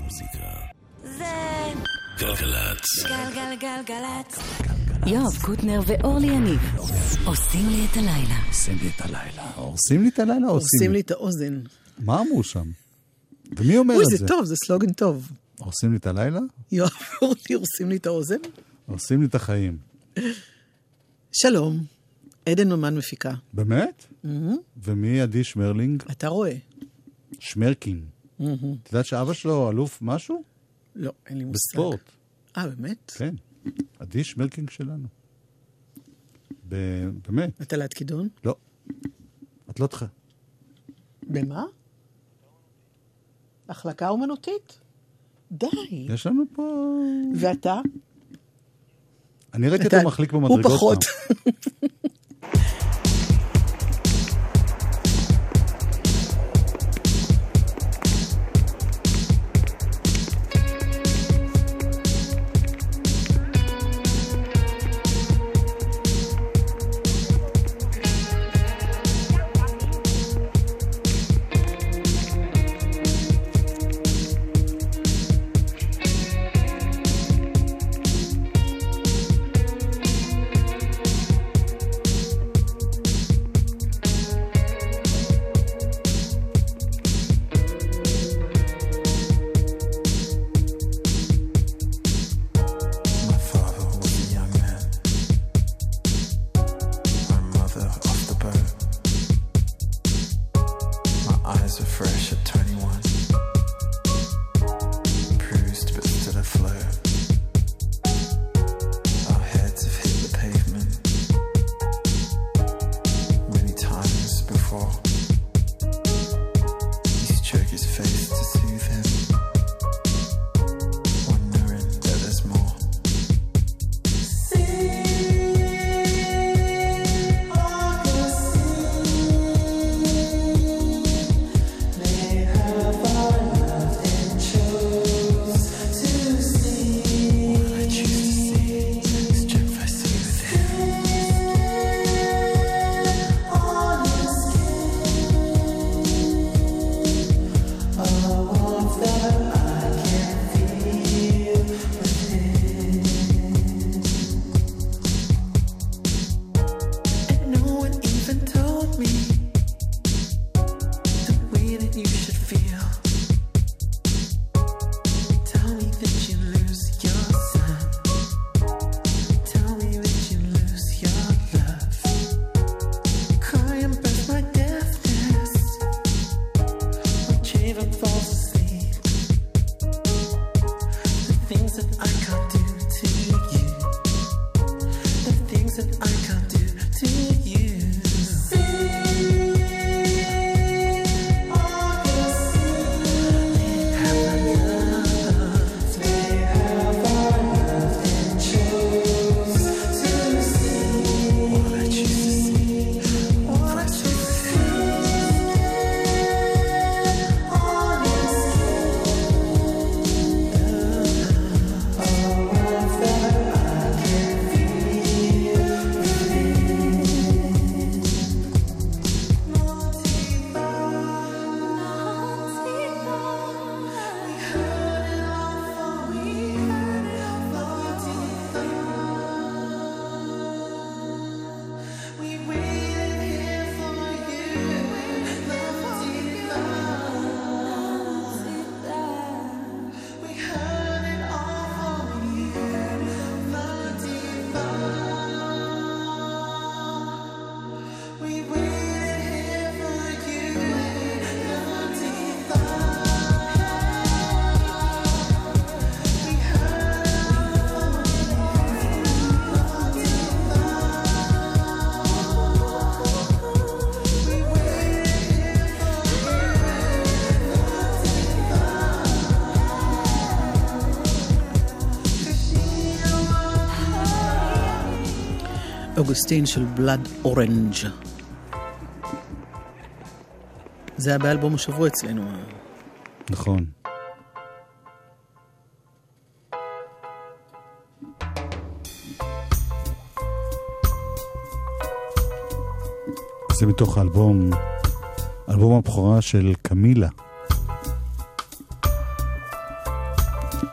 המוזיקה. זה גלגלצ. גלגלגלגלצ. יואב קוטנר ואורלי יניב עושים לי את הלילה. עושים לי את הלילה. עושים לי את הלילה, עושים לי את האוזן. מה אמרו שם? ומי אומר את זה? זה טוב, זה סלוגן טוב. עושים לי את הלילה? יואב, אורלי, עושים לי את האוזן? עושים לי את החיים. שלום, עדן נומן מפיקה. באמת? ומי עדי שמרלינג? אתה רואה. שמרקין. אתה יודעת שאבא שלו אלוף משהו? לא, אין לי מושג. בספורט. באמת? כן. עדי שמרקין שלנו. באמת. אתה ליד כידון? לא. את לא תחה. במה? החלקה אומנותית? די. יש לנו פה... ואתה? אני ראיתי אותו מחליק במדרגות. הוא פחות. אוגוסטין של בלאד אורנג'. זה היה באלבום השבוע אצלנו. נכון. זה מתוך אלבום הבכורה של קמילה.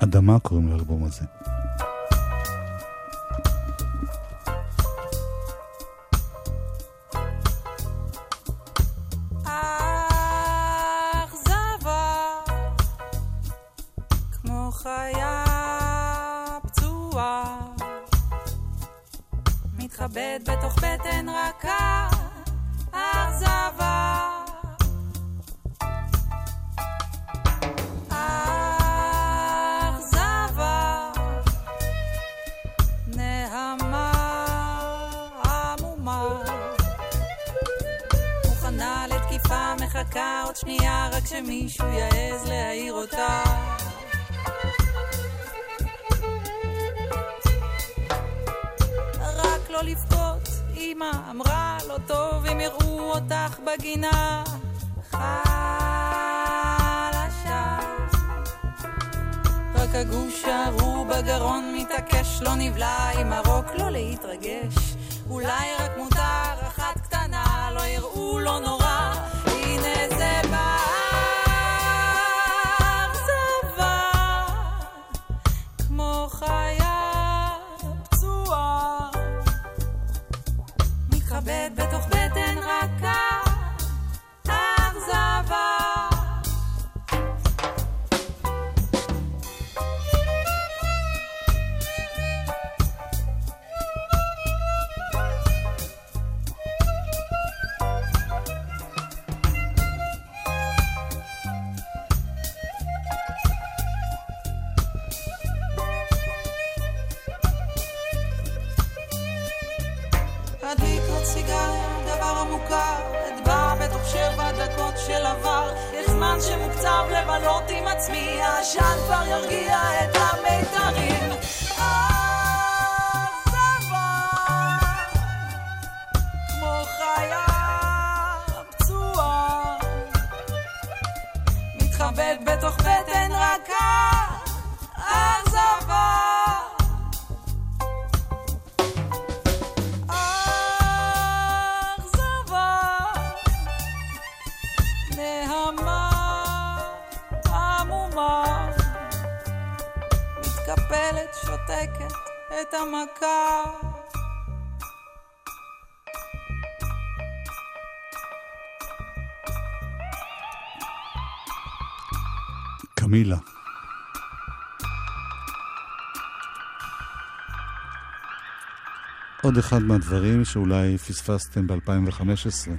אדמה קוראים לאלבום הזה. מתחבט בתוך בטן רכה, אכזבה. אכזבה, נהמה עמומה, מוכנה לתקיפה, מחכה עוד שנייה רק שמישהו יעז להעיר אותה. לא לבכות, אמא אמרה לא טוב אם יראו אותך בגינה חלשה. רק הגוש הרו בגרון מתעקש, לא נבלה עם הרוק, לא להתרגש, אולי רק מותר אחת קטנה, לא יראו לא נורא, הנה זה בא. אכזבה כמו חיה פצועה, מתחבט בתוך בטן רכה, אכזבה. הדליק עוד סיגריה, דבר המוכר, אדבר בתוך 7 דקות של עבר, יש זמן שמוקצב לבלות עם עצמי, העשן כבר ירגיע את המיתרים. אכזבה כמו חיה פצועה, מתחבט בתוך בטן רכה, אכזבה. מתקפלת, שותקת את המכה. קמילה. עוד אחד מהדברים שאולי פספסתם ב-2015.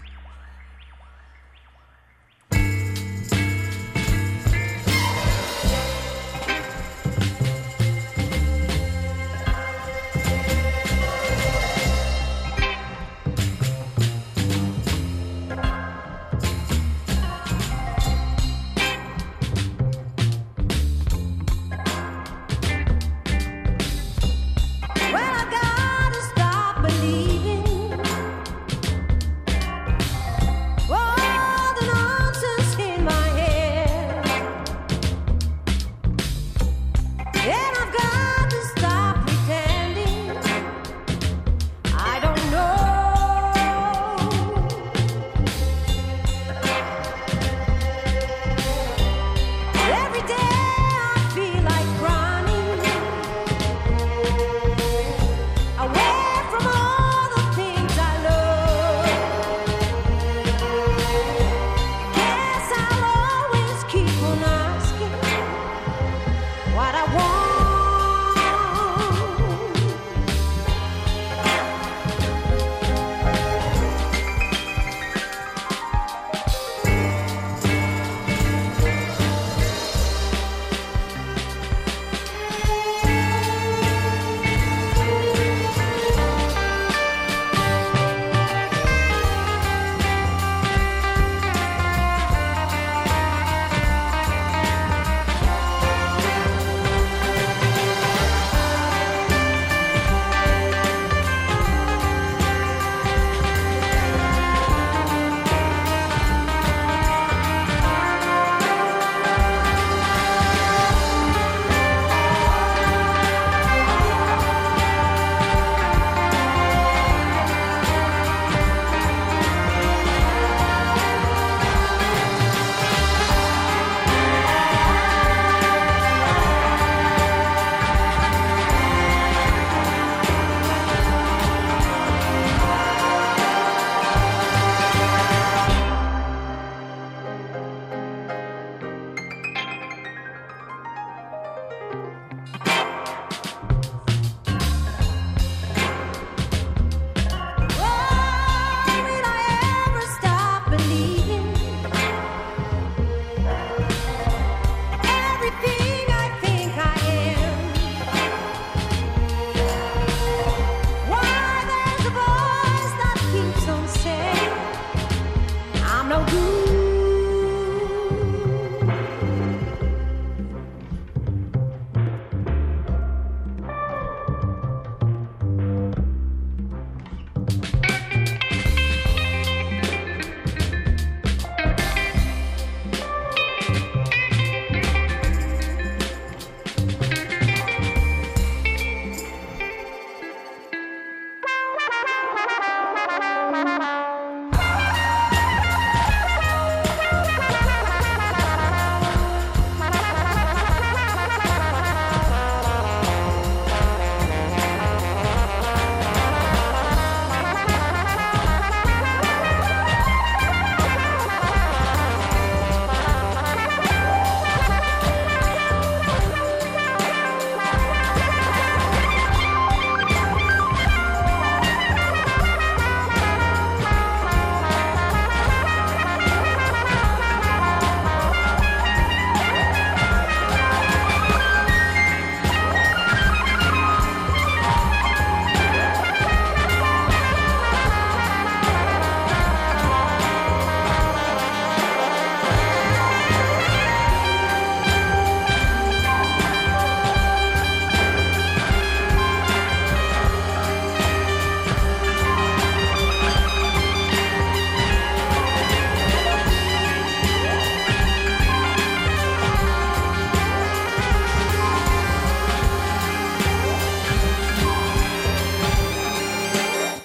What I want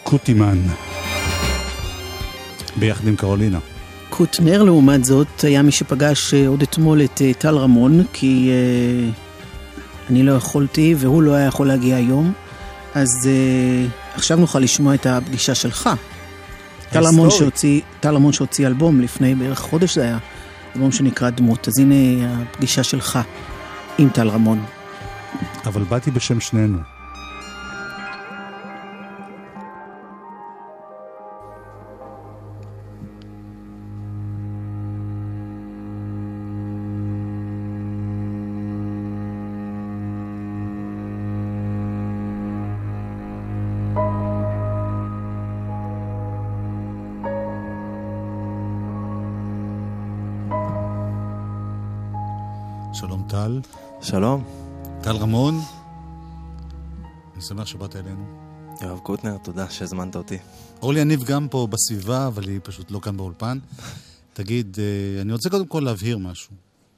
קוטימן. ביחד עם קרולינה. קוטנר, לעומת זאת, היה מי שפגש עוד אתמול את טל רמון, כי אני לא יכולתי והוא לא היה יכול להגיע היום, אז עכשיו נוכל לשמוע את הפגישה שלך. טל רמון שהוציא אלבום לפני בערך חודש, זה היה אלבום שנקרא דמות, אז הנה הפגישה שלך עם טל רמון. אבל באתי בשם שנינו. שלום טל. שלום. טל רמון. אני שמח שבאת אלינו. יואב קוטנר, תודה שהזמנת אותי. אורלי יניב גם פה בסביבה, אבל היא פשוט לא כאן באולפן. תגיד, אני רוצה קודם כל להבהיר משהו.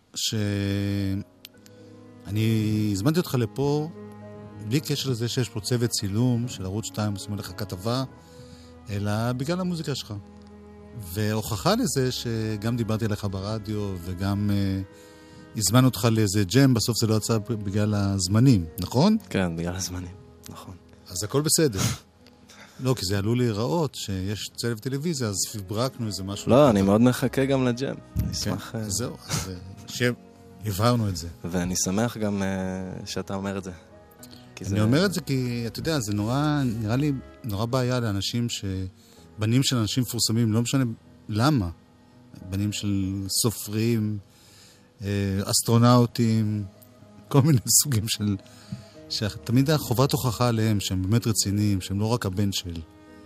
אני הזמנתי אותך לפה, בלי קשר לזה שיש פה צוות צילום של ערוץ 2, עושים לך כתבה, אלא בגלל המוזיקה שלך. והוכחה לזה שגם דיברתי עליך ברדיו, וגם הזמנו אותך לאיזה ג'ם, בסוף זה לא יצא בגלל הזמנים, נכון? כן, בגלל הזמנים, נכון. אז הכל בסדר. לא, כי זה עלול להיראות שיש צלב טלוויזיה, אז פברקנו איזה משהו. לא, אני מאוד מחכה גם לג'ם. אני אשמח. כן, זהו, שהבהרנו את זה. ואני שמח גם שאתה אומר את זה. אני אומר את זה כי, אתה יודע, זה נראה לי נורא בעיה לאנשים בנים של אנשים מפורסמים, לא משנה למה. בנים של סופרים, אסטרונאוטים, כל מיני סוגים של... שתמיד החובת הוכחה עליהם, שהם באמת רציניים, שהם לא רק הבן של.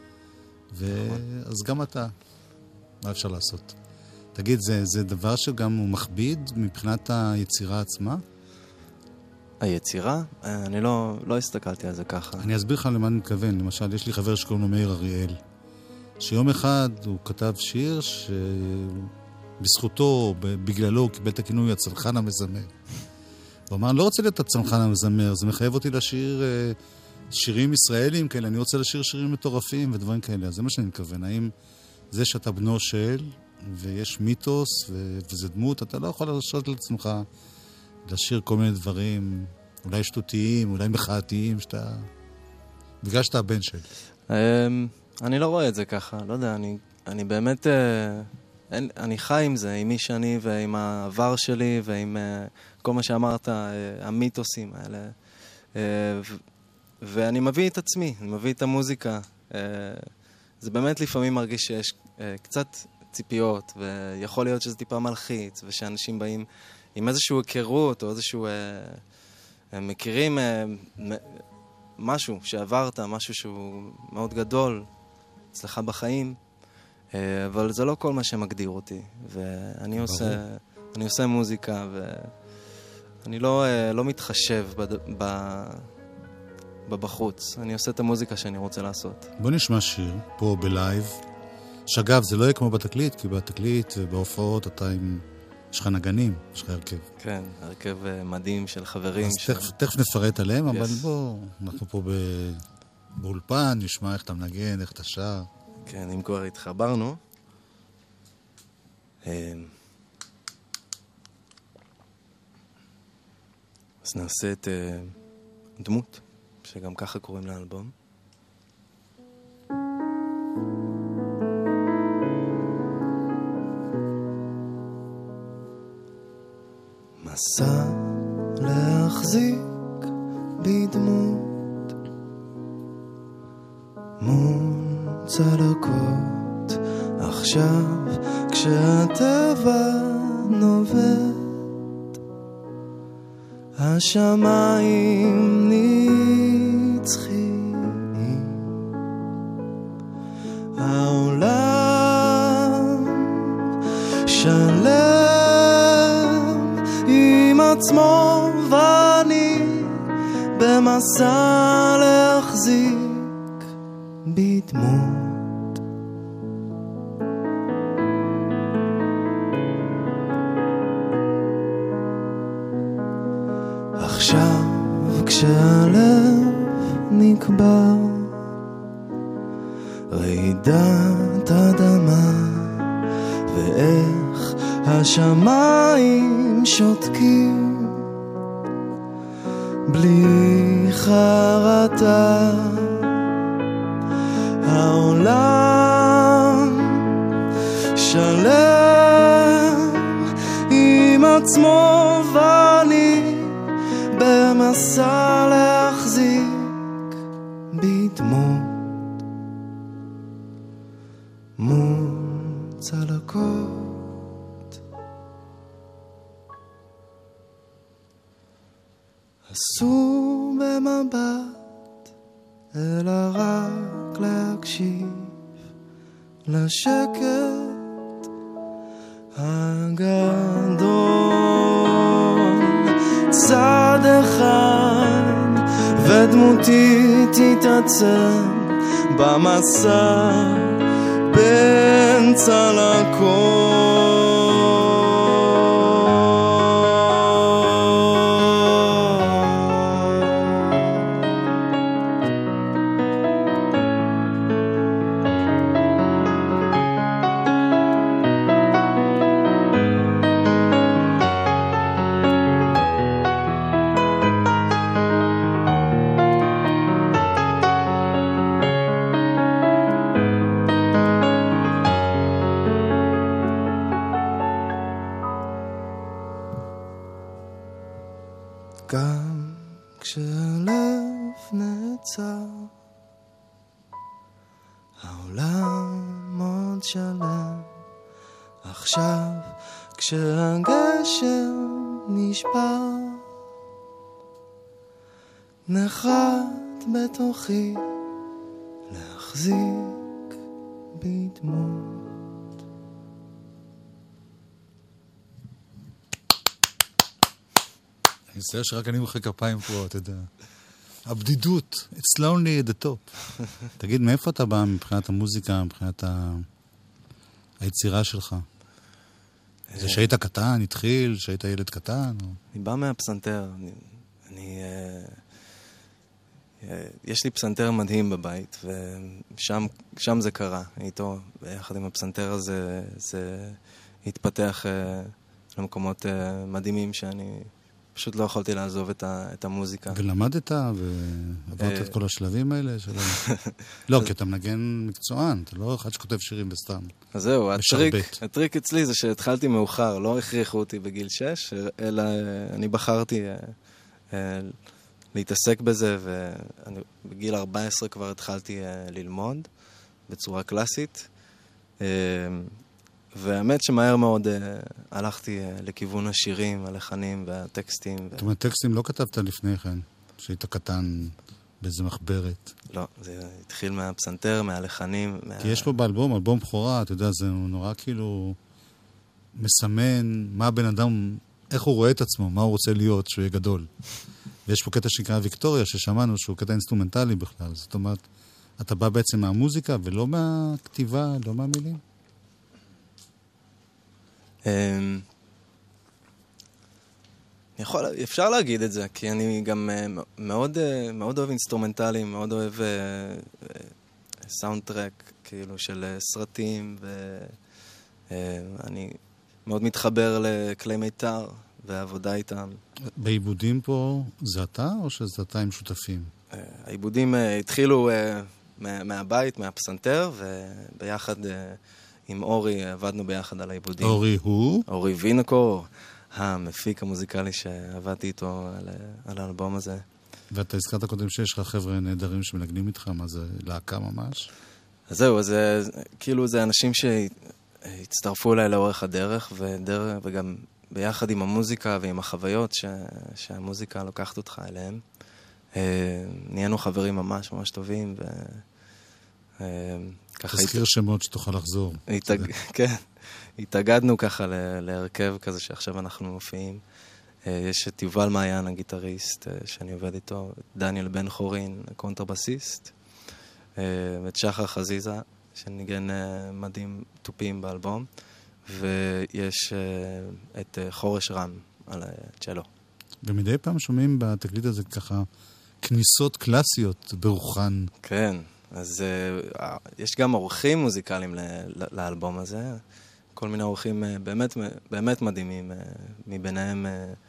אז גם אתה, מה אפשר לעשות? תגיד, זה דבר שגם הוא מכביד מבחינת היצירה עצמה? היצירה? אני לא הסתכלתי על זה ככה. אני אסביר לך למה אני מתכוון. למשל, יש לי חבר שקוראים לו מאיר אריאל, שיום אחד הוא כתב שיר שבזכותו, בגללו, הוא קיבל את הכינוי הצנחן המזמר. הוא אמר, אני לא רוצה להיות הצנחן המזמר, זה מחייב אותי לשיר שירים ישראלים כאלה, אני רוצה לשיר שירים מטורפים ודברים כאלה. אז זה מה שאני מתכוון. האם זה שאתה בנו של, ויש מיתוס, וזה דמות, אתה לא יכול לרשות לעצמך לשיר כל מיני דברים, אולי שטותיים, אולי מחאתיים, בגלל שאתה הבן של. אני לא רואה את זה ככה, לא יודע, אני באמת, אני חי עם זה, עם מי שאני ועם העבר שלי ועם כל מה שאמרת, המיתוסים האלה. ואני מביא את עצמי, אני מביא את המוזיקה. זה באמת לפעמים מרגיש שיש קצת ציפיות, ויכול להיות שזה טיפה מלחיץ, ושאנשים באים עם איזשהו היכרות, או איזשהו... מכירים משהו שעברת, משהו שהוא מאוד גדול אצלך בחיים, אבל זה לא כל מה שמגדיר אותי. ואני עושה מוזיקה, ואני לא מתחשב בבחוץ. אני עושה את המוזיקה שאני רוצה לעשות. בוא נשמע שיר פה בלייב. שאגב, זה לא יהיה כמו בתקליט, כי בתקליט ובהופעות אתה עם... יש לך נגנים, יש לך הרכב. כן, הרכב מדהים של חברים. אז תכף נפרט עליהם, אבל בוא, אנחנו פה באולפן, נשמע איך אתה מנגן, איך אתה שר. כן, אם כבר התחברנו. אז נעשה את דמות, שגם ככה קוראים לאלבום. מסע להחזיק בדמות מול צלקות עכשיו כשהטבע נובט השמיים נצחיים העולם שלם עצמו ואני במסע להחזיק בדמות עכשיו כשהלב נקבר רעידת אדמה, ואיך השמיים שותקים בלי חרטה. העולם שלם עם עצמו ואני במסע להחזיק בדמות מול צלקות. אסור במבט אלא רק להקשיב לשקט הגדול. צד אחד ודמותי תתעצם במסע בין צלקות. גם כשהלב נעצר, העולם עוד שלם. עכשיו כשהגשר נשבר, נחת בתוכי להחזיק בדמות. אני מצטער שרק אני מוחא כפיים פה, אתה יודע. הבדידות, it's lonely at the top. תגיד, מאיפה אתה בא מבחינת המוזיקה, מבחינת היצירה שלך? זה שהיית קטן, התחיל, שהיית ילד קטן? אני בא מהפסנתר. יש לי פסנתר מדהים בבית, ושם זה קרה. איתו, ביחד עם הפסנתר הזה, זה התפתח למקומות מדהימים שאני פשוט לא יכולתי לעזוב את המוזיקה. ולמדת ועברת את כל השלבים האלה? לא, כי אתה מנגן מקצוען, אתה לא אחד שכותב שירים בסתם. אז זהו, הטריק אצלי זה שהתחלתי מאוחר, לא הכריחו אותי בגיל 6, אלא אני בחרתי להתעסק בזה, ובגיל 14 כבר התחלתי ללמוד בצורה קלאסית, והאמת שמהר מאוד הלכתי לכיוון השירים, הלחנים והטקסטים. זאת אומרת, טקסטים לא כתבת לפני כן, שהיית קטן באיזה מחברת. לא, זה התחיל מהפסנתר, מהלחנים. כי יש פה באלבום, אלבום בכורה, אתה יודע, זה נורא כאילו מסמן מה הבן אדם, איך הוא רואה את עצמו, מה הוא רוצה להיות, שהוא יהיה גדול. ויש פה קטע שנקרא ויקטוריה, ששמענו שהוא קטע אינסטרומנטלי בכלל. זאת אומרת, אתה בא בעצם מהמוזיקה ולא מהכתיבה, לא מהמילים. אפשר להגיד את זה, כי אני גם מאוד אוהב אינסטרומנטלים, מאוד אוהב סאונד טרק, כאילו של סרטים, ואני מאוד מתחבר לכלי מיתר ועבודה איתם. בעיבודים פה זה אתה או שזה אתה עם שותפים? העיבודים התחילו מהבית, מהפסנתר, וביחד עם אורי עבדנו ביחד על העיבודים. אורי הוא? אורי וינקור, המפיק המוזיקלי שעבדתי איתו על האלבום הזה. ואתה הזכרת קודם שיש לך חבר'ה נהדרים שמנגנים איתך, מה זה, להקה ממש? אז זהו, אז כאילו זה אנשים שהצטרפו אליי לאורך הדרך, וגם ביחד עם המוזיקה ועם החוויות שהמוזיקה לוקחת אותך אליהם. נהיינו חברים ממש ממש טובים, תזכיר שמות שתוכל לחזור. כן, התאגדנו ככה להרכב כזה שעכשיו אנחנו מופיעים. יש את יובל מעיין, הגיטריסט, שאני עובד איתו, דניאל בן חורין, הקונטרבסיסט, ואת שחר חזיזה, שניגן מדהים טופים באלבום, ויש את חורש רם על צ'לו. ומדי פעם שומעים בתקליט הזה ככה כניסות קלאסיות ברוחן. כן. אז יש גם אורחים מוזיקליים לאלבום הזה, כל מיני אורחים באמת מדהימים, מביניהם,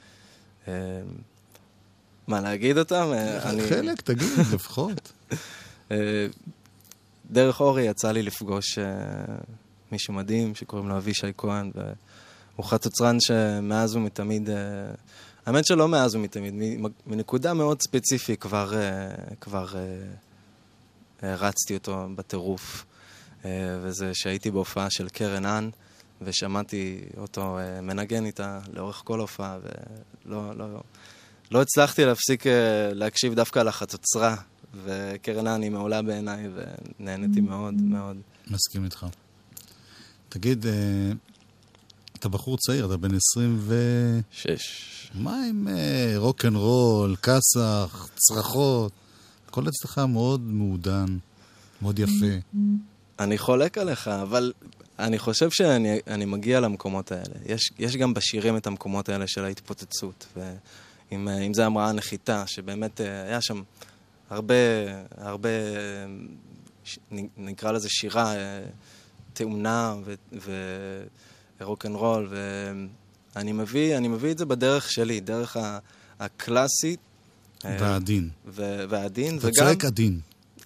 מה להגיד אותם? חלק, תגיד, לפחות. דרך אורי יצא לי לפגוש מישהו מדהים שקוראים לו אבישי כהן, והוא חצוצרן שמאז ומתמיד, האמת שלא מאז ומתמיד, מנקודה מאוד ספציפית כבר רצתי אותו בטירוף, וזה שהייתי בהופעה של קרן אן, ושמעתי אותו מנגן איתה לאורך כל הופעה, ולא הצלחתי להפסיק להקשיב דווקא על החצוצרה, וקרן אן היא מעולה בעיניי, ונהניתי מאוד מאוד. מסכים איתך. תגיד, אתה בחור צעיר, אתה בן 26. מה עם רוק אנד רול, קסח, צרחות? הכל אצלך מאוד מעודן, מאוד יפה. אני חולק עליך, אבל אני חושב שאני מגיע למקומות האלה. יש גם בשירים את המקומות האלה של ההתפוצצות, ואם זה המראה נחיתה, שבאמת היה שם הרבה, נקרא לזה שירה, תאונה ורוק אנד רול, ואני מביא את זה בדרך שלי, דרך הקלאסית. והעדין. והעדין, וגם... אתה צועק עדין.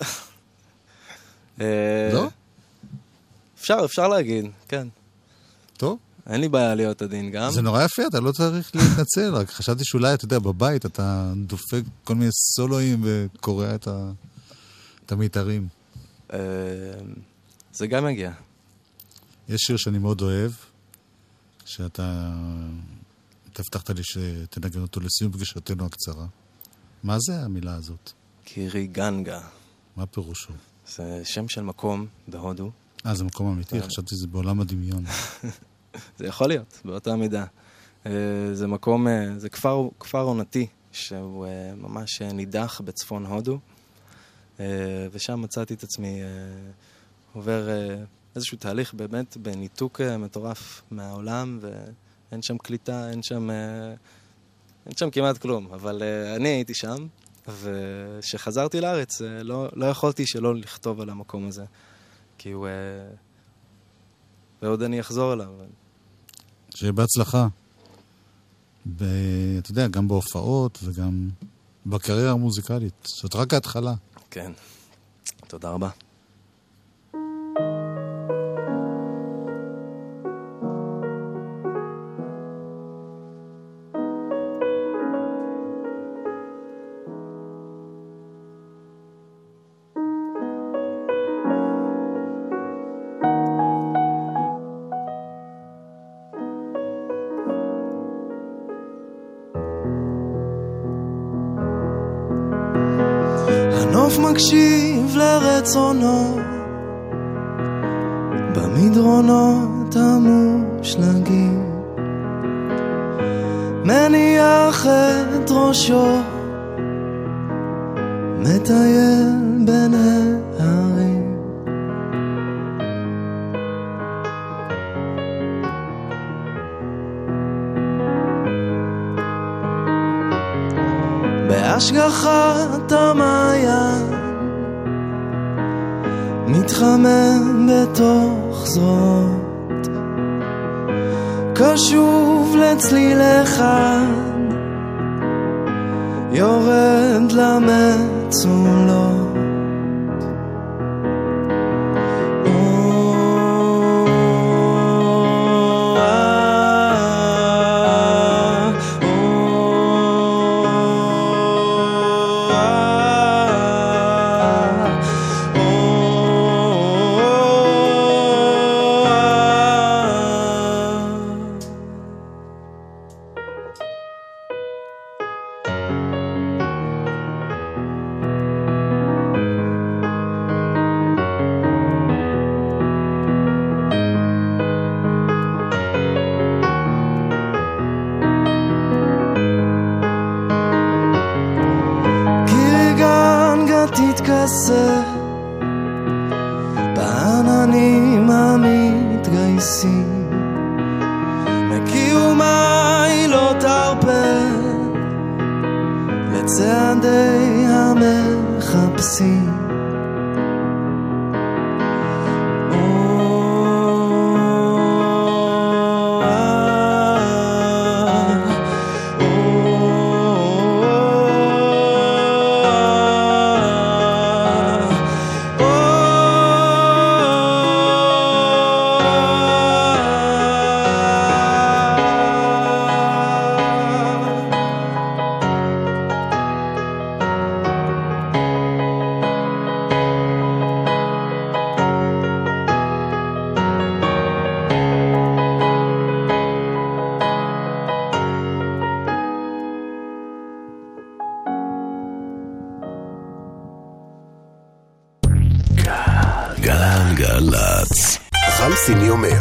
לא? אפשר להגיד, כן. טוב. אין לי בעיה להיות עדין גם. זה נורא יפה, אתה לא צריך להתנצל, רק חשבתי שאולי, אתה יודע, בבית אתה דופק כל מיני סולואים וקורא את המיתרים. זה גם מגיע. יש שיר שאני מאוד אוהב, שאתה הבטחת לי שתנגן אותו לסיום פגישתנו הקצרה. מה זה המילה הזאת? קיריגנגה. מה פירושו? זה שם של מקום בהודו. זה מקום אמיתי, חשבתי שזה בעולם הדמיון. זה יכול להיות, באותה מידה. זה מקום, זה כפר עונתי, שהוא ממש נידח בצפון הודו, ושם מצאתי את עצמי עובר איזשהו תהליך באמת בניתוק מטורף מהעולם, ואין שם קליטה, אין שם כמעט כלום, אבל אני הייתי שם, ושחזרתי לארץ, לא יכולתי שלא לכתוב על המקום הזה, כי הוא... ועוד אני אחזור אליו. שיהיה בהצלחה. אתה יודע, גם בהופעות וגם בקריירה המוזיקלית. זאת רק ההתחלה. כן. תודה רבה. מקשיב לרצונו במדרונות המושלגים, מניח את ראשו, מטייל בין ההרים. בהשגחת המעיין מתחמם בתוך זרועות, קשוב לצליל אחד, יורד למצולות. בעננים המתגייסים, מקיומי לא תרפה לצעדי המחפשים. גלגלצ. חכם סיני אומר,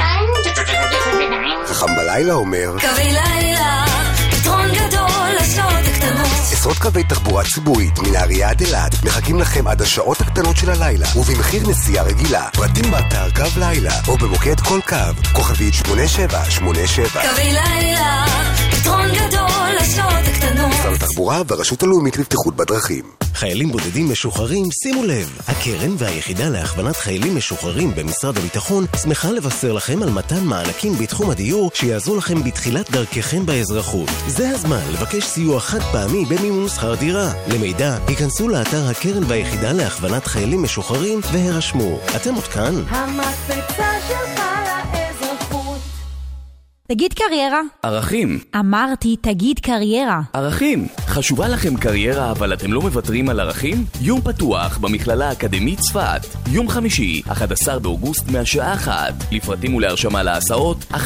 חכם בלילה אומר, קווי לילה, פתרון גדול לשעות הקטנות. עשרות קווי תחבורה ציבורית מנהריה עד אילת מחכים לכם עד השעות הקטנות של הלילה ובמחיר נסיעה רגילה. פרטים באתר קו לילה או במוקד כל קו כוכבית 8787. קווי לילה, פתרון גדול לשעות הקטנות. משרד התחבורה והרשות הלאומית לבטיחות בדרכים. חיילים בודדים משוחררים, שימו לב, הקרן והיחידה להכוונת חיילים משוחררים במשרד הביטחון שמחה לבשר לכם על מתן מענקים בתחום הדיור שיעזרו לכם בתחילת דרככם באזרחות. זה הזמן לבקש סיוע חד פעמי במימון שכר דירה. למידע, היכנסו לאתר הקרן והיחידה להכוונת חיילים משוחררים והירשמו. אתם עוד כאן? המקפצה שלך לאזרחות. תגיד קריירה. ערכים. אמרתי, תגיד קריירה. ערכים. חשובה לכם קריירה, אבל אתם לא מוותרים על ערכים? יום פתוח במכללה האקדמית צפת. יום חמישי, 11 באוגוסט מהשעה 1. לפרטים ולהרשמה להסעות, 1-800-344-544.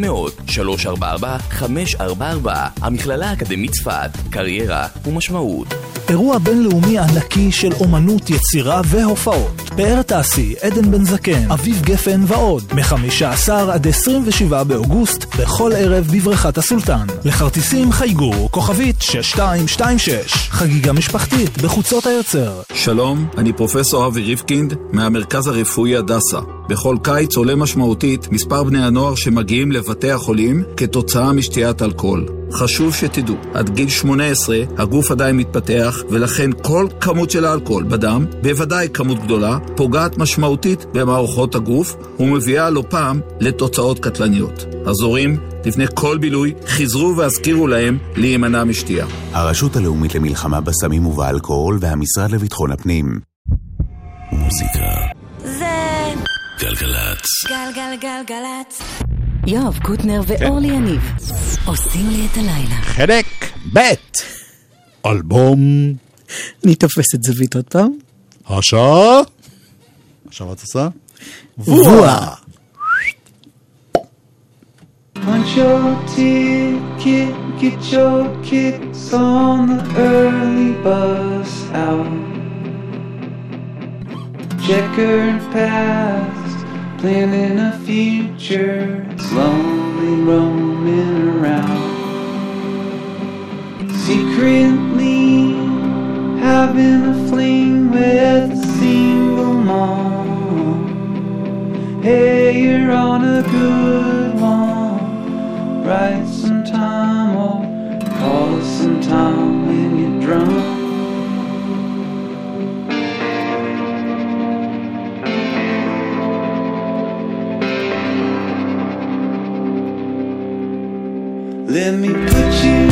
המכללה האקדמית צפת. קריירה ומשמעות. אירוע בינלאומי ענקי של אומנות, יצירה והופעות. פאר תעשי, עדן בן זקן, אביב גפן ועוד. מ-15 עד 27 באוגוסט, בכל ערב בבריכת הסולטן. לכרטיסים חייגו, כוכבית 6226. חגיגה משפחתית בחוצות היוצר. שלום, אני פרופסור אבי רבקינד מהמרכז הרפואי הדסה. בכל קיץ עולה משמעותית מספר בני הנוער שמגיעים לבתי החולים כתוצאה משתיית אלכוהול. חשוב שתדעו, עד גיל 18 הגוף עדיין מתפתח, ולכן כל כמות של האלכוהול בדם, בוודאי כמות גדולה, פוגעת משמעותית במערכות הגוף ומביאה לא פעם לתוצאות קטלניות. אז הורים, לפני כל בילוי, חזרו והזכירו להם להימנע משתייה. הרשות הלאומית למלחמה בסמים ובאלכוהול והמשרד לביטחון הפנים. מוזיקה זה גלגלצ. גלגלגלגלצ. יואב קוטנר ואורלי יניב עושים לי את הלילה. חלק ב' אלבום. אני תופסת זווית עוד פעם. השעה. עכשיו את עושה? וואו. Punch your ticket, get your kicks on the early bus out. Checkered past, planning a future, it's lonely roaming around. Secretly having a fling with a single mom. Hey, you're on a good one. Write some time or call us sometime when you're drunk. Let me put you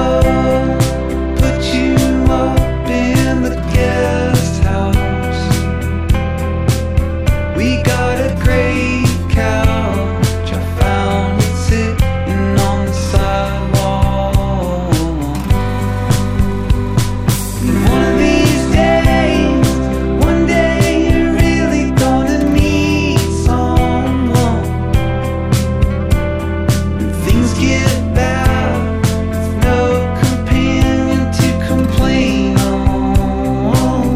up in the guest house. We got a great couch, I found it sitting on the sidewalk. And one of these days, one day you're really gonna need someone. And things get bad with no companion to complain on.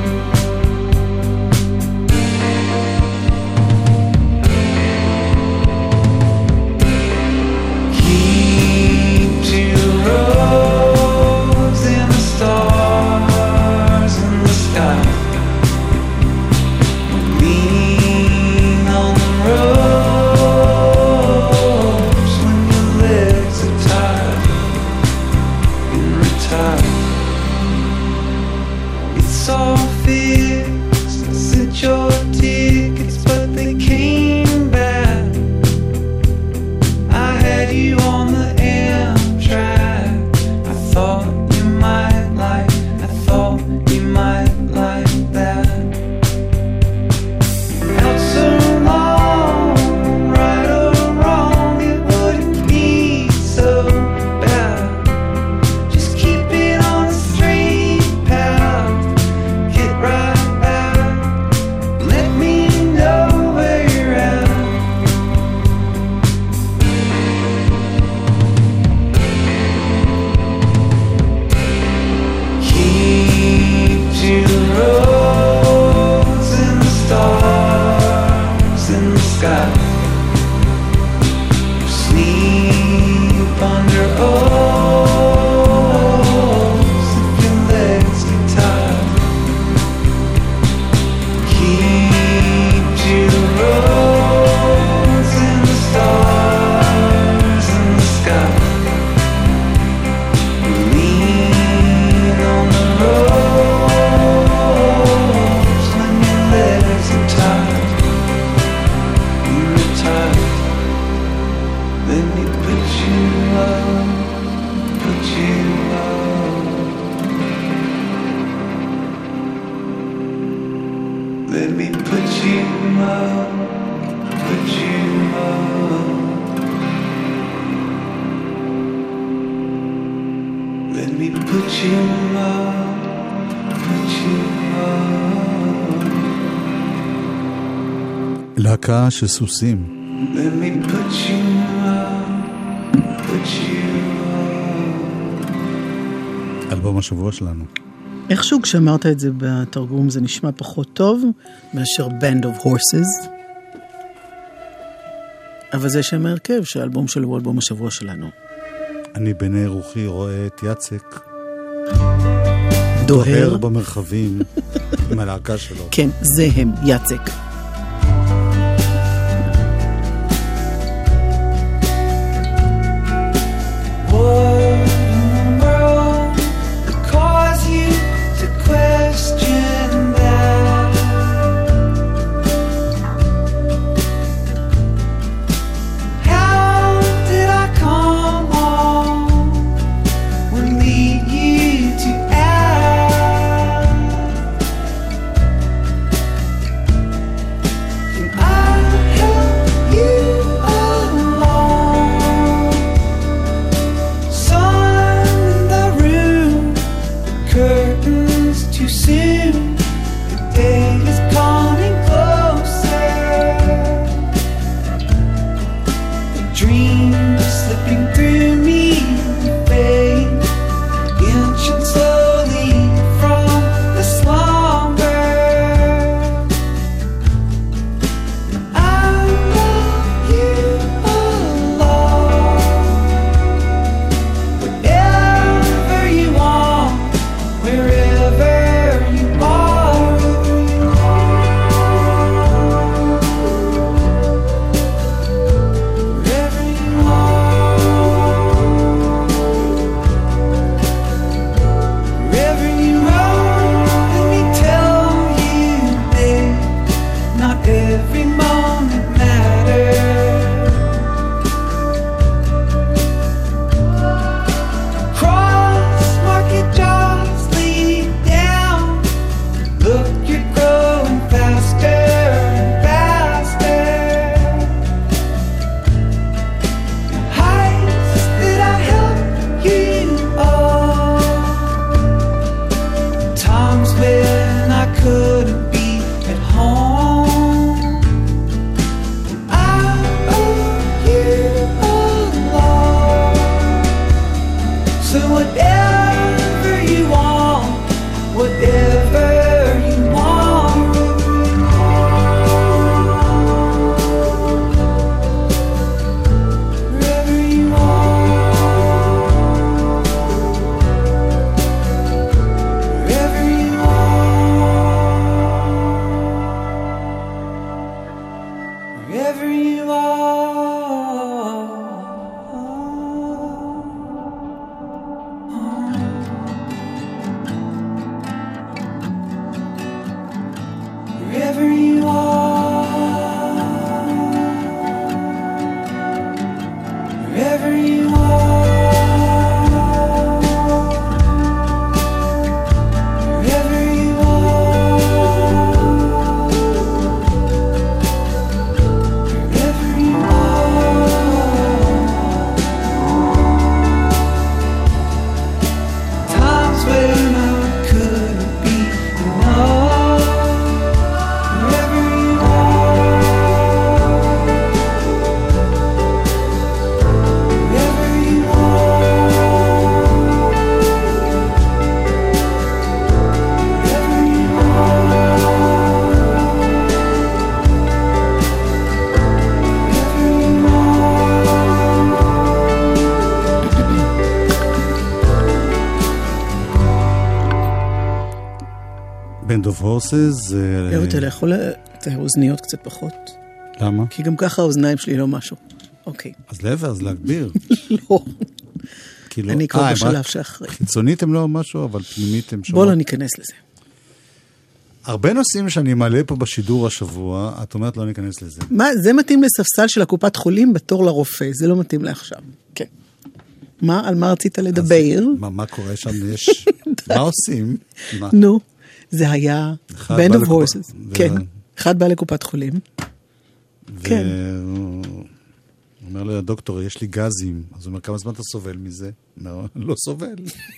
Keep two roads in the stars in the sky. Lean on the ropes when your legs are tired and retired. It's all fixed. I sent your tickets, but they came back. I had you on the Amtrak. I thought you might like that. Out so long, right or wrong, it wouldn't be so bad. Just keep it on the straight path. Get right back. Let me know where you're at. Let me put you up, put you up. Let me put you up, put you up. להקה של סוסים. Let me put you up, put you up. אלבום השבוע שלנו. איכשהו כשאמרת את זה בתרגום זה נשמע פחות טוב מאשר Band of Horses. אבל זה שם ההרכב שהאלבום שלו הוא אלבום השבוע שלנו. אני בעיני רוחי רואה את יצק דוהר במרחבים עם הלהקה שלו. כן, זה הם, יצק. Band of Horses. אתה יכול את האוזניות קצת פחות? למה? כי גם ככה האוזניים שלי לא משהו. אוקיי. אז להפך, אז להגביר. לא. אני כבר בשלב שאחרי. חיצונית הם לא משהו, אבל פנימית הם שומעות. בוא לא ניכנס לזה. הרבה נושאים שאני מעלה פה בשידור השבוע, את אומרת לא ניכנס לזה. מה, זה מתאים לספסל של הקופת חולים בתור לרופא, זה לא מתאים לעכשיו. כן. מה, על מה רצית לדבר? מה קורה שם? יש... מה עושים? נו, זה היה Band of Horses. כן. אחד בא לקופת חולים. כן. הוא אומר לי, הדוקטור, יש לי גזים. אז הוא אומר, כמה זמן אתה סובל מזה? הוא אומר, לא סובל.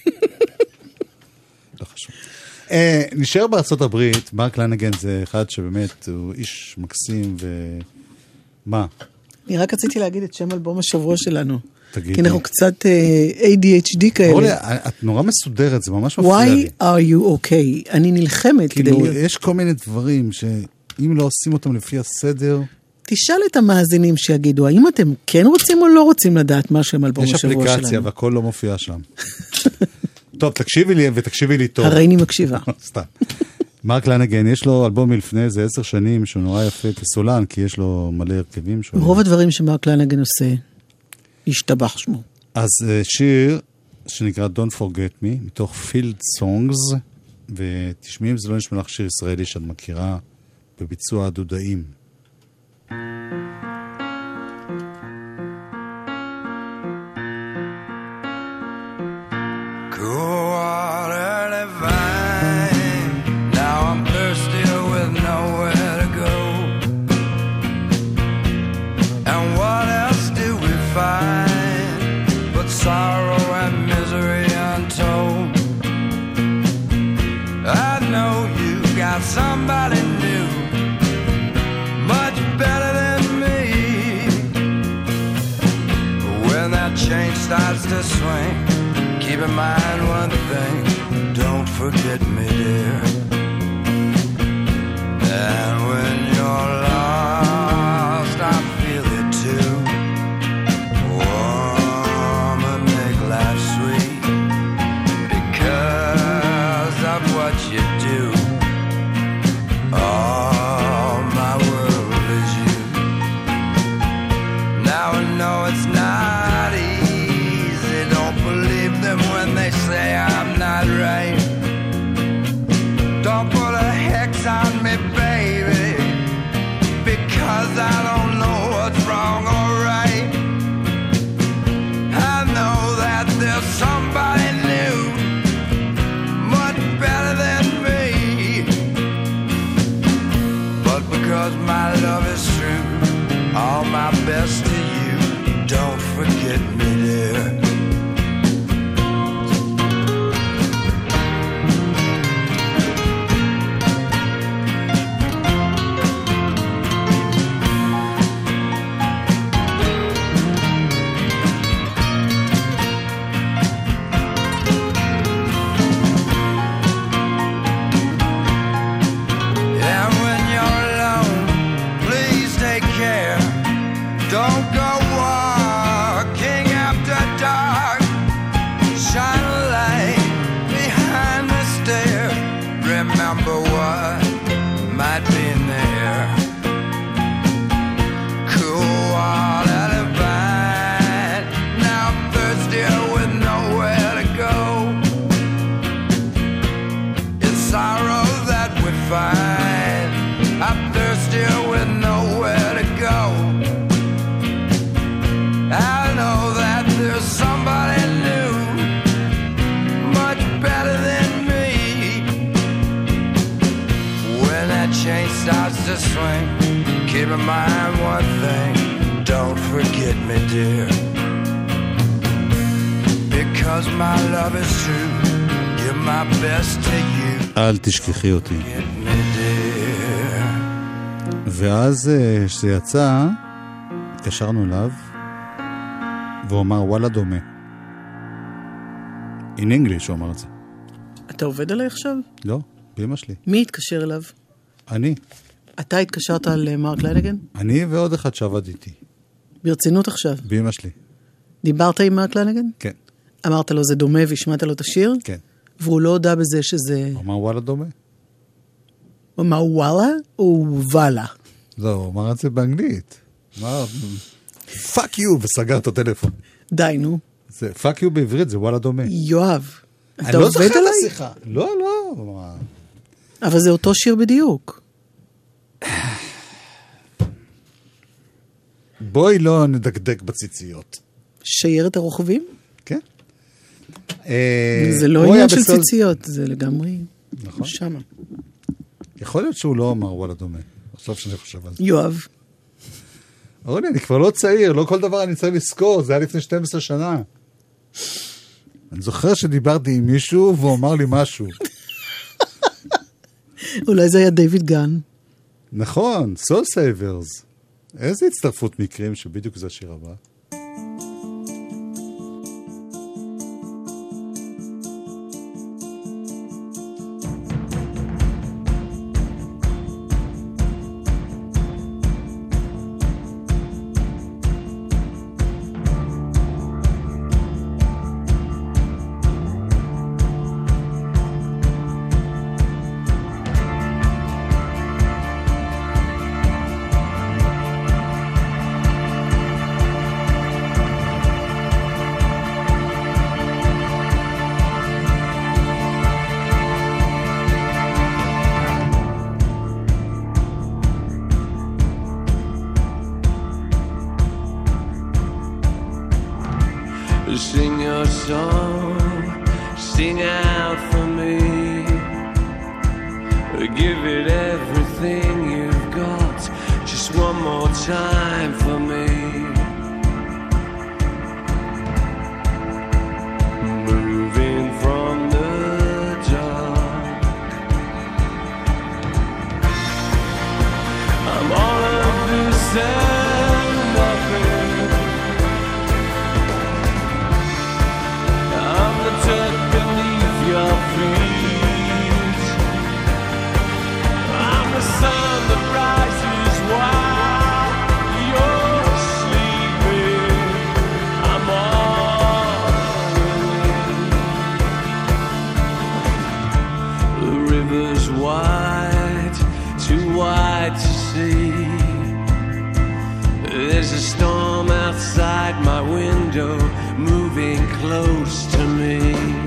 לא חשוב. נשאר בארצות הברית, מרק לנגן זה אחד שבאמת הוא איש מקסים מה? אני רק רציתי להגיד את שם אלבום השבוע שלנו. תגידי. כי אנחנו קצת ADHD כאלה. אורלי, את נורא מסודרת, זה ממש מפריע לי. Why are you okay? אני נלחמת כדי כאילו, להיות. יש כל מיני דברים שאם לא עושים אותם לפי הסדר... תשאל את המאזינים שיגידו, האם אתם כן רוצים או לא רוצים לדעת מה שם אלבום השבוע שלנו? יש אפליקציה והכל לא מופיע שם. טוב, תקשיבי לי ותקשיבי לי טוב. הרי אני מקשיבה. סתם. מרק לנגן, יש לו אלבום מלפני איזה 10 שנים, שהוא נורא יפה כסולן, כי יש לו מלא הרכבים. רוב הדברים שמרק לנגן עושה, השתבח שמו. אז שיר שנקרא Don't Forget Me, מתוך Field Songs, ותשמעי אם זה לא נשמע לך שיר ישראלי שאת מכירה בביצוע הדודאים. Somebody new, much better than me. When that chain starts to swing, keep in mind one thing, don't forget me, dear. And when you're lost, I feel it too. Warm and make life sweet because of what you do. All my world is you. Now I know it's not easy. Don't believe them when they say I'm not right. Don't put a hex on me, baby, because I don't know what's wrong or right. I know that there's somebody new, much better than me. Because my love is true, all my best to you. Don't forget me, dear. Don't go walking after dark. Shine a light behind the stair. Remember what might be in there. Cool water divine. Now I'm thirsty with nowhere to go. It's sorrow that we find. I'm thirsty with nowhere to go. I know that there's somebody new, much better than me. When that chain starts to swing, keep in mind one thing, don't forget me, dear. Because my love is true, give my best to you. אל תשכחי אותי. ואז כשזה יצא, התקשרנו אליו, והוא אמר, וואלה דומה. In English הוא אמר את זה. אתה עובד עליי עכשיו? לא, באמא שלי. מי התקשר אליו? אני. אתה התקשרת על מרק לנגן? אני ועוד אחד שעבד איתי. ברצינות עכשיו? באמא שלי. דיברת עם מרק לנגן? כן. אמרת לו זה דומה והשמעת לו את השיר? כן. והוא לא הודע בזה שזה... הוא אמר וואלה דומה. הוא אמר וואלה או וואלה? לא, הוא אמר את זה באנגלית. אמר... פאק יו, וסגר את הטלפון. די, נו. פאק יו בעברית, זה וואלה דומה. יואב, אתה עובד עליי? השיחה. לא, לא. אבל זה אותו שיר בדיוק. בואי לא נדקדק בציציות. שיירת הרוכבים? כן. זה לא עניין של ציציות, זה לגמרי נכון. שמה. יכול להיות שהוא לא אמר וואלה דומה. עכשיו שאני חושב על זה. יואב. אורלי, אני כבר לא צעיר, לא כל דבר אני צריך לזכור, זה היה לפני 12 שנה. אני זוכר שדיברתי עם מישהו והוא אמר לי משהו. אולי זה היה דיוויד גן. נכון, סול סייברס. איזה הצטרפות מקרים שבדיוק זה השיר הבא. Sing your song, sing out for me. Give it everything you've got, just one more time for me. Moving from the dark, I'm all of this and nothing. Tucked beneath your feet, I'm the sun that rises while you're sleeping. I'm all the river's wide, too wide to see. There's a storm outside my window, moving close to me.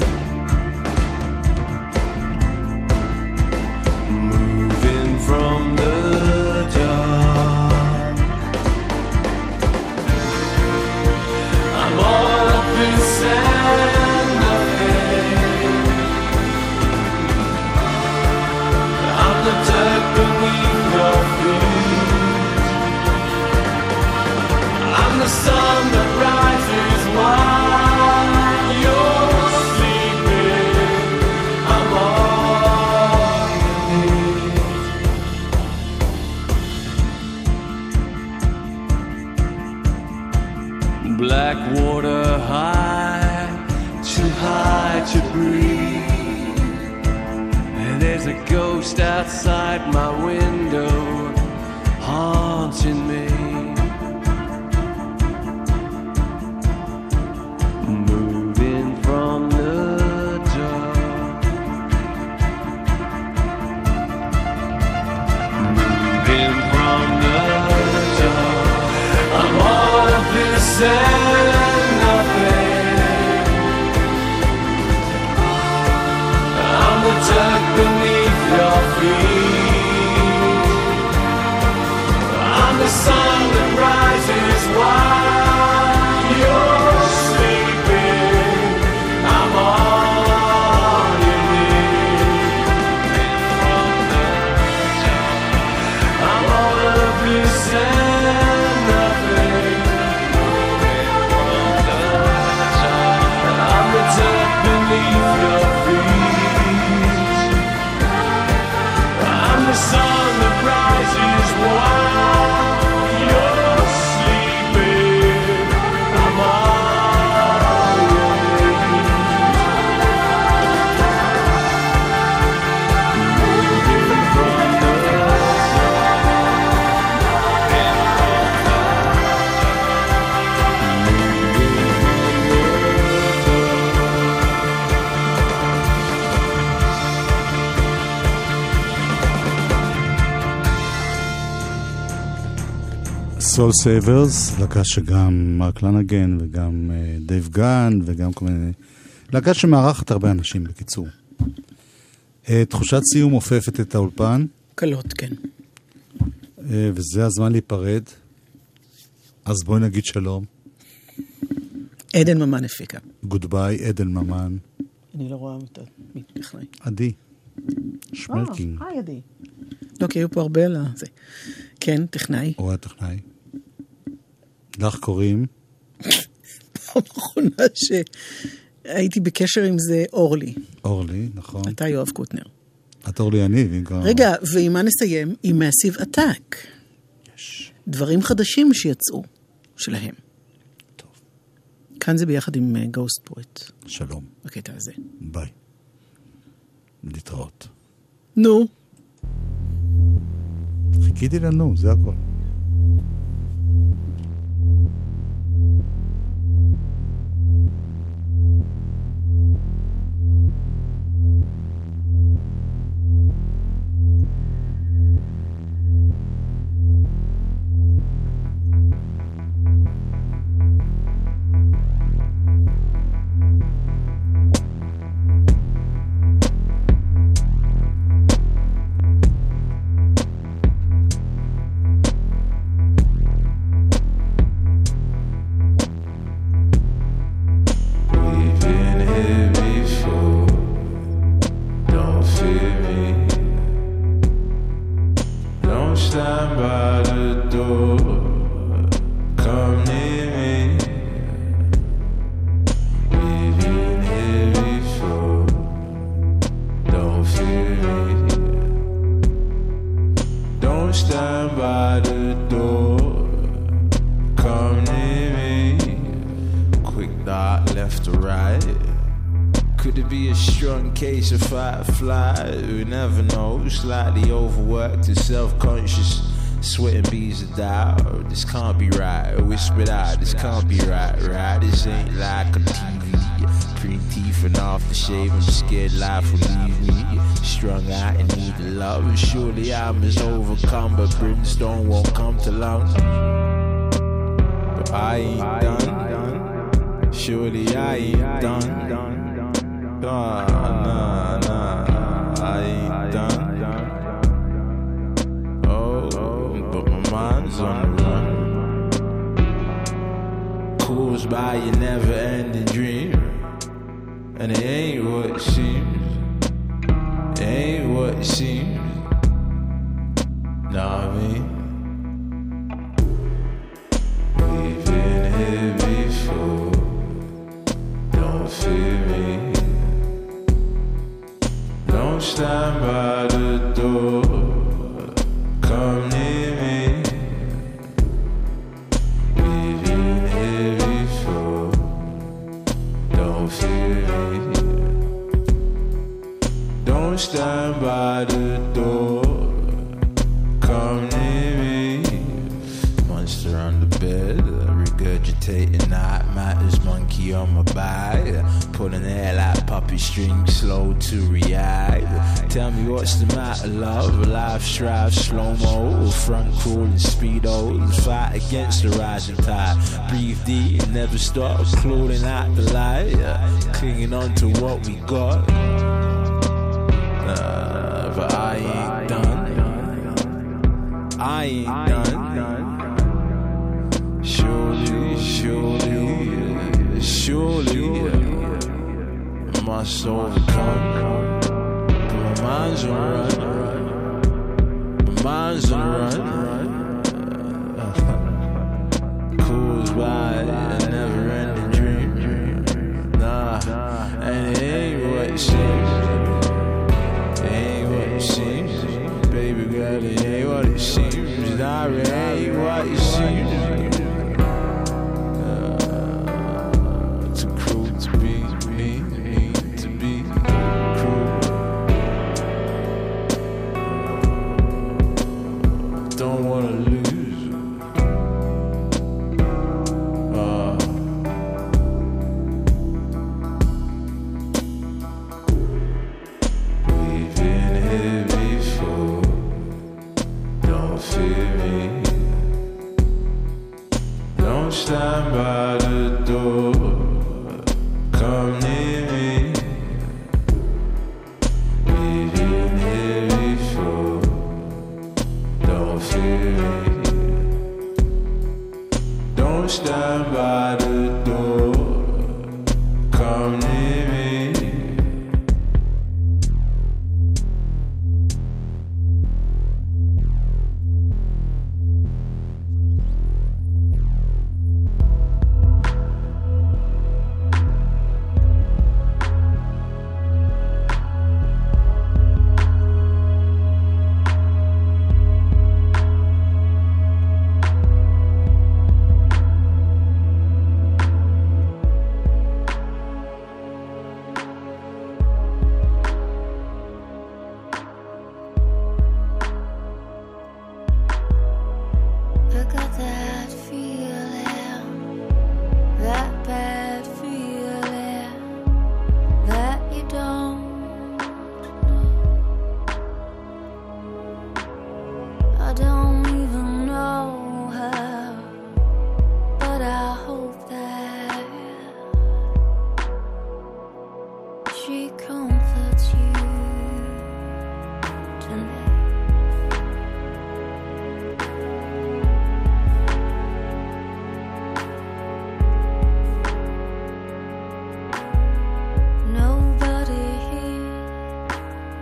Moving from the dark, I'm all of this and nothing. I'm the dirt beneath your feet. I'm the sun that rises while you're sleeping. I'm all you need. Black water high, too high to breathe. And there's a ghost outside my window, haunting me. And nothing. I'm the dirt beneath your feet. I'm the sun that rises while you're sleeping. I'm all you need. I'm all of this and nothing. Beneath your feet, I'm the sun that rises while you're sleeping. I'm all you need. Moving from the סול סייברס, להקה שגם מרק לנגן וגם דייב גן וגם כל מיני... להקה שמערכת הרבה אנשים בקיצור. תחושת סיום הופפת את האולפן. קלות, כן. וזה הזמן להיפרד. אז בואי נגיד שלום. עדן ממן הפיקה. גודביי, עדן ממן. אני לא רואה אותה בכלל. עדי. שמלקינג. היי עדי. לא, כי היו פה הרבה על זה. כן, טכנאי. הוא הטכנאי. לך קוראים? פעם אחרונה שהייתי בקשר עם זה אורלי. אורלי, נכון. אתה יואב קוטנר. את אורלי יניב. רגע, ועם מה נסיים? עם מאסיב עתק. יש. דברים חדשים שיצאו שלהם. טוב. כאן זה ביחד עם גוסט פואט. שלום. בקטע הזה. ביי. להתראות. נו. חיכיתי לנו, זה הכל. Slightly overworked and self-conscious, sweating bees of doubt. This can't be right. Whispered out, this can't be right. This ain't like a TV. Pretty teeth and aftershave. I'm scared life will leave me. Strung out and need love. Surely I'm as overcome, but brimstone won't come to love. But I ain't done. Surely I ain't done. Nah, I ain't done. Mind's on the run, caused by your never-ending dream, and it ain't what it seems. It ain't what it seems. Know what I mean? We've been here before. Don't fear me. Don't stand by the door. Come near me. Don't stand by the door. Come near me. Monster on the bed, regurgitating nightmares. Monkey on my back, pulling hair like puppy strings, slow to react. Tell me what's the matter, love? Life strive, slow-mo, front crawling speedos. Fight against the rising tide. Breathe deep, never stop, clawing out the light. Clinging on to what we got. But I ain't done. I ain't done. Surely, I must overcome. But my mind's on the run. My mind's on the run. Caused by a never-ending dream. Nah, and it ain't what it seems. Baby girl, it ain't what it seems. Nah, it ain't what it seems. Too cruel to be me, to be cruel. Don't wanna lose. We've been here before. Don't fear me.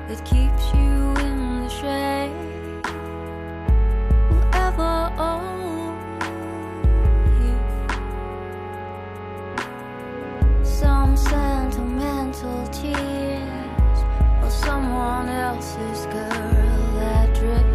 that keeps you in the shade will ever own you. Some sentimental tears or someone else's girl that drips